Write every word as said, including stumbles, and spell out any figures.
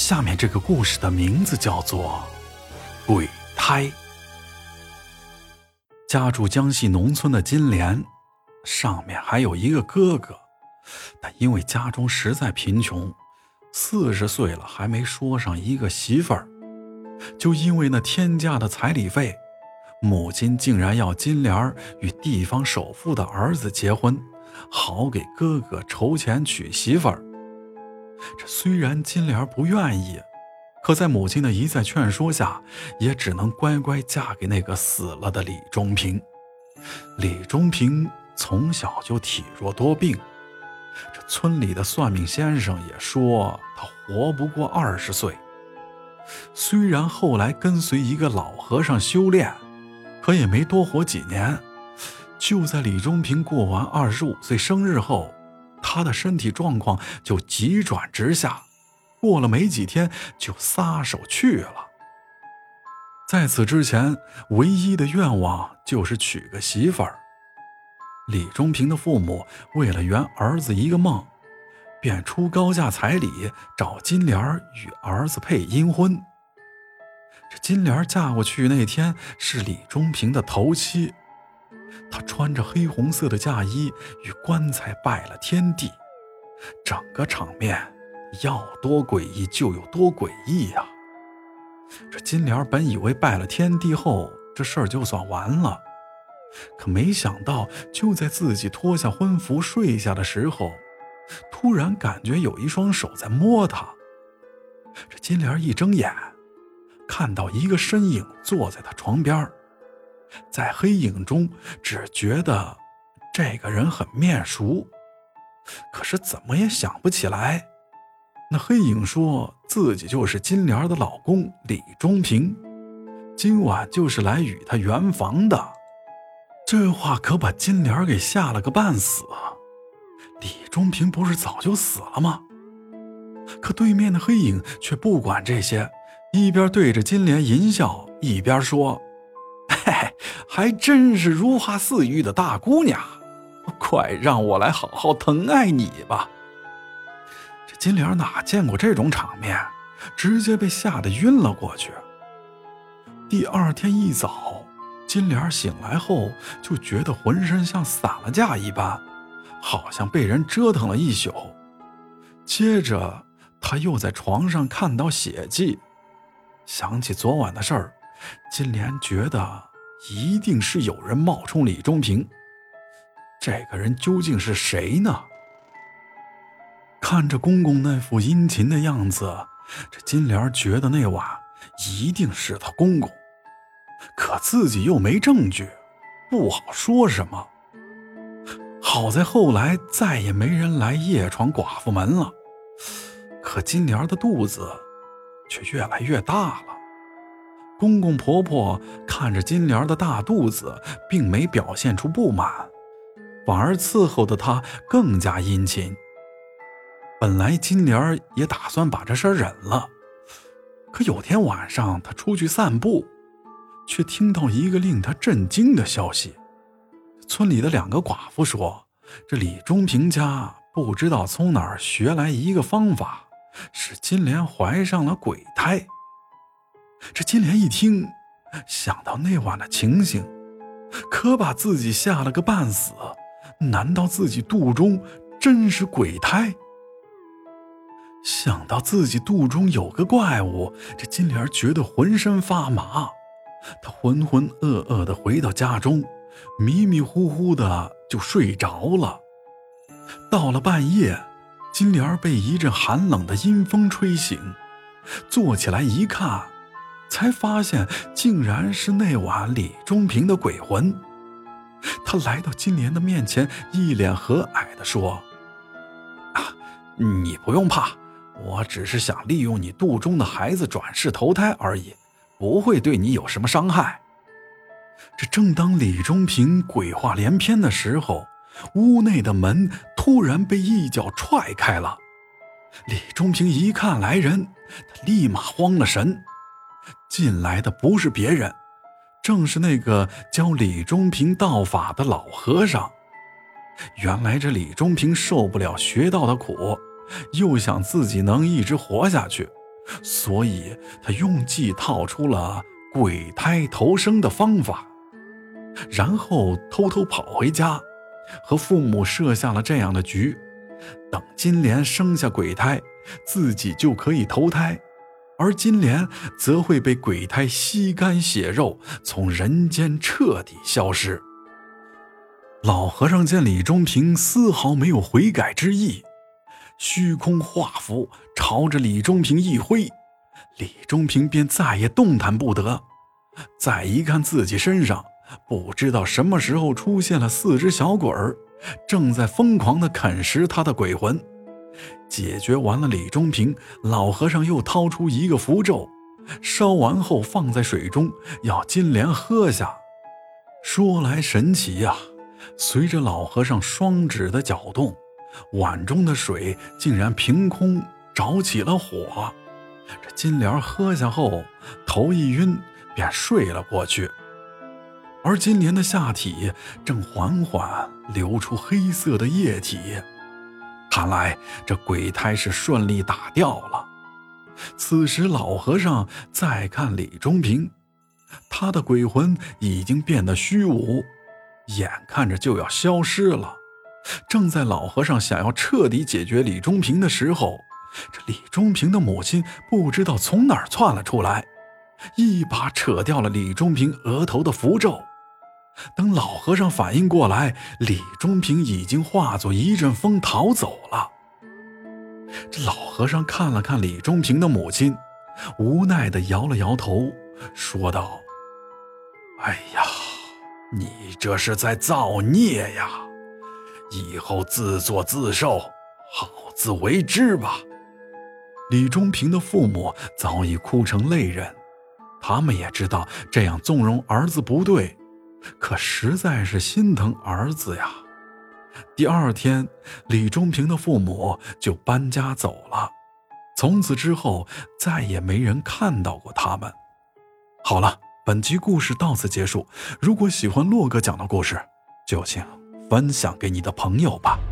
下面这个故事的名字叫做《鬼胎》。家住江西农村的金莲，上面还有一个哥哥，但因为家中实在贫穷，四十岁了还没说上一个媳妇儿，就因为那天价的彩礼费，母亲竟然要金莲与地方首富的儿子结婚，好给哥哥筹钱娶媳妇儿。这虽然金莲不愿意，可在母亲的一再劝说下，也只能乖乖嫁给那个死了的李中平。李中平从小就体弱多病，这村里的算命先生也说他活不过二十岁。虽然后来跟随一个老和尚修炼，可也没多活几年。就在李中平过完二十五岁生日后，他的身体状况就急转直下，过了没几天就撒手去了。在此之前，唯一的愿望就是娶个媳妇儿。李中平的父母为了圆儿子一个梦，便出高价彩礼找金莲与儿子配阴婚。这金莲嫁过去那天是李中平的头七，她穿着黑红色的嫁衣与棺材拜了天地，整个场面要多诡异就有多诡异呀、啊！这金莲本以为拜了天地后这事儿就算完了，可没想到就在自己脱下婚服睡下的时候，突然感觉有一双手在摸她。这金莲一睁眼，看到一个身影坐在她床边，在黑影中只觉得这个人很面熟，可是怎么也想不起来。那黑影说自己就是金莲的老公李中平，今晚就是来与她圆房的。这话可把金莲给吓了个半死。李中平不是早就死了吗？可对面的黑影却不管这些，一边对着金莲淫笑，一边说：嘿嘿，还真是如花似玉的大姑娘，快让我来好好疼爱你吧。这金莲哪见过这种场面，直接被吓得晕了过去。第二天一早，金莲醒来后就觉得浑身像散了架一般，好像被人折腾了一宿。接着她又在床上看到血迹，想起昨晚的事儿，金莲觉得一定是有人冒充李中平。这个人究竟是谁呢？看着公公那副殷勤的样子，这金莲觉得那晚一定是他公公，可自己又没证据，不好说什么。好在后来再也没人来夜闯寡妇门了，可金莲的肚子却越来越大了。公公婆婆看着金莲的大肚子，并没表现出不满，反而伺候的她更加殷勤。本来金莲也打算把这事儿忍了，可有天晚上她出去散步，却听到一个令她震惊的消息。村里的两个寡妇说，这李中平家不知道从哪儿学来一个方法，使金莲怀上了鬼胎。这金莲一听，想到那晚的情形，可把自己吓了个半死。难道自己肚中真是鬼胎？想到自己肚中有个怪物，这金莲觉得浑身发麻。她浑浑噩噩地回到家中，迷迷糊糊的就睡着了。到了半夜，金莲被一阵寒冷的阴风吹醒，坐起来一看，才发现竟然是那晚李中平的鬼魂。他来到金莲的面前，一脸和蔼地说：啊，你不用怕，我只是想利用你肚中的孩子转世投胎而已，不会对你有什么伤害。这正当李中平鬼话连篇的时候，屋内的门突然被一脚踹开了。李中平一看来人，他立马慌了神。进来的不是别人，正是那个教李中平道法的老和尚。原来这李中平受不了学道的苦，又想自己能一直活下去， 所以他用计套出了鬼胎投生的方法，然后偷偷跑回家，和父母设下了这样的局：等金莲生下鬼胎，自己就可以投胎，而金莲则会被鬼胎吸干血肉，从人间彻底消失。老和尚见李中平丝毫没有悔改之意，虚空画符朝着李中平一挥，李中平便再也动弹不得。再一看自己身上，不知道什么时候出现了四只小鬼儿，正在疯狂地啃食他的鬼魂。解决完了李中平，老和尚又掏出一个符咒，烧完后放在水中，要金莲喝下。说来神奇呀、啊，随着老和尚双指的搅动，碗中的水竟然凭空着起了火。这金莲喝下后，头一晕便睡了过去，而金莲的下体正缓缓流出黑色的液体。看来这鬼胎是顺利打掉了。此时老和尚再看李中平，他的鬼魂已经变得虚无，眼看着就要消失了。正在老和尚想要彻底解决李中平的时候，这李中平的母亲不知道从哪儿窜了出来，一把扯掉了李中平额头的符咒。等老和尚反应过来，李中平已经化作一阵风逃走了。这老和尚看了看李中平的母亲，无奈地摇了摇头，说道：哎呀，你这是在造孽呀，以后自作自受，好自为之吧。李中平的父母早已哭成泪人，他们也知道这样纵容儿子不对，可实在是心疼儿子呀。第二天，李中平的父母就搬家走了，从此之后再也没人看到过他们。好了，本集故事到此结束。如果喜欢洛哥讲的故事，就请分享给你的朋友吧。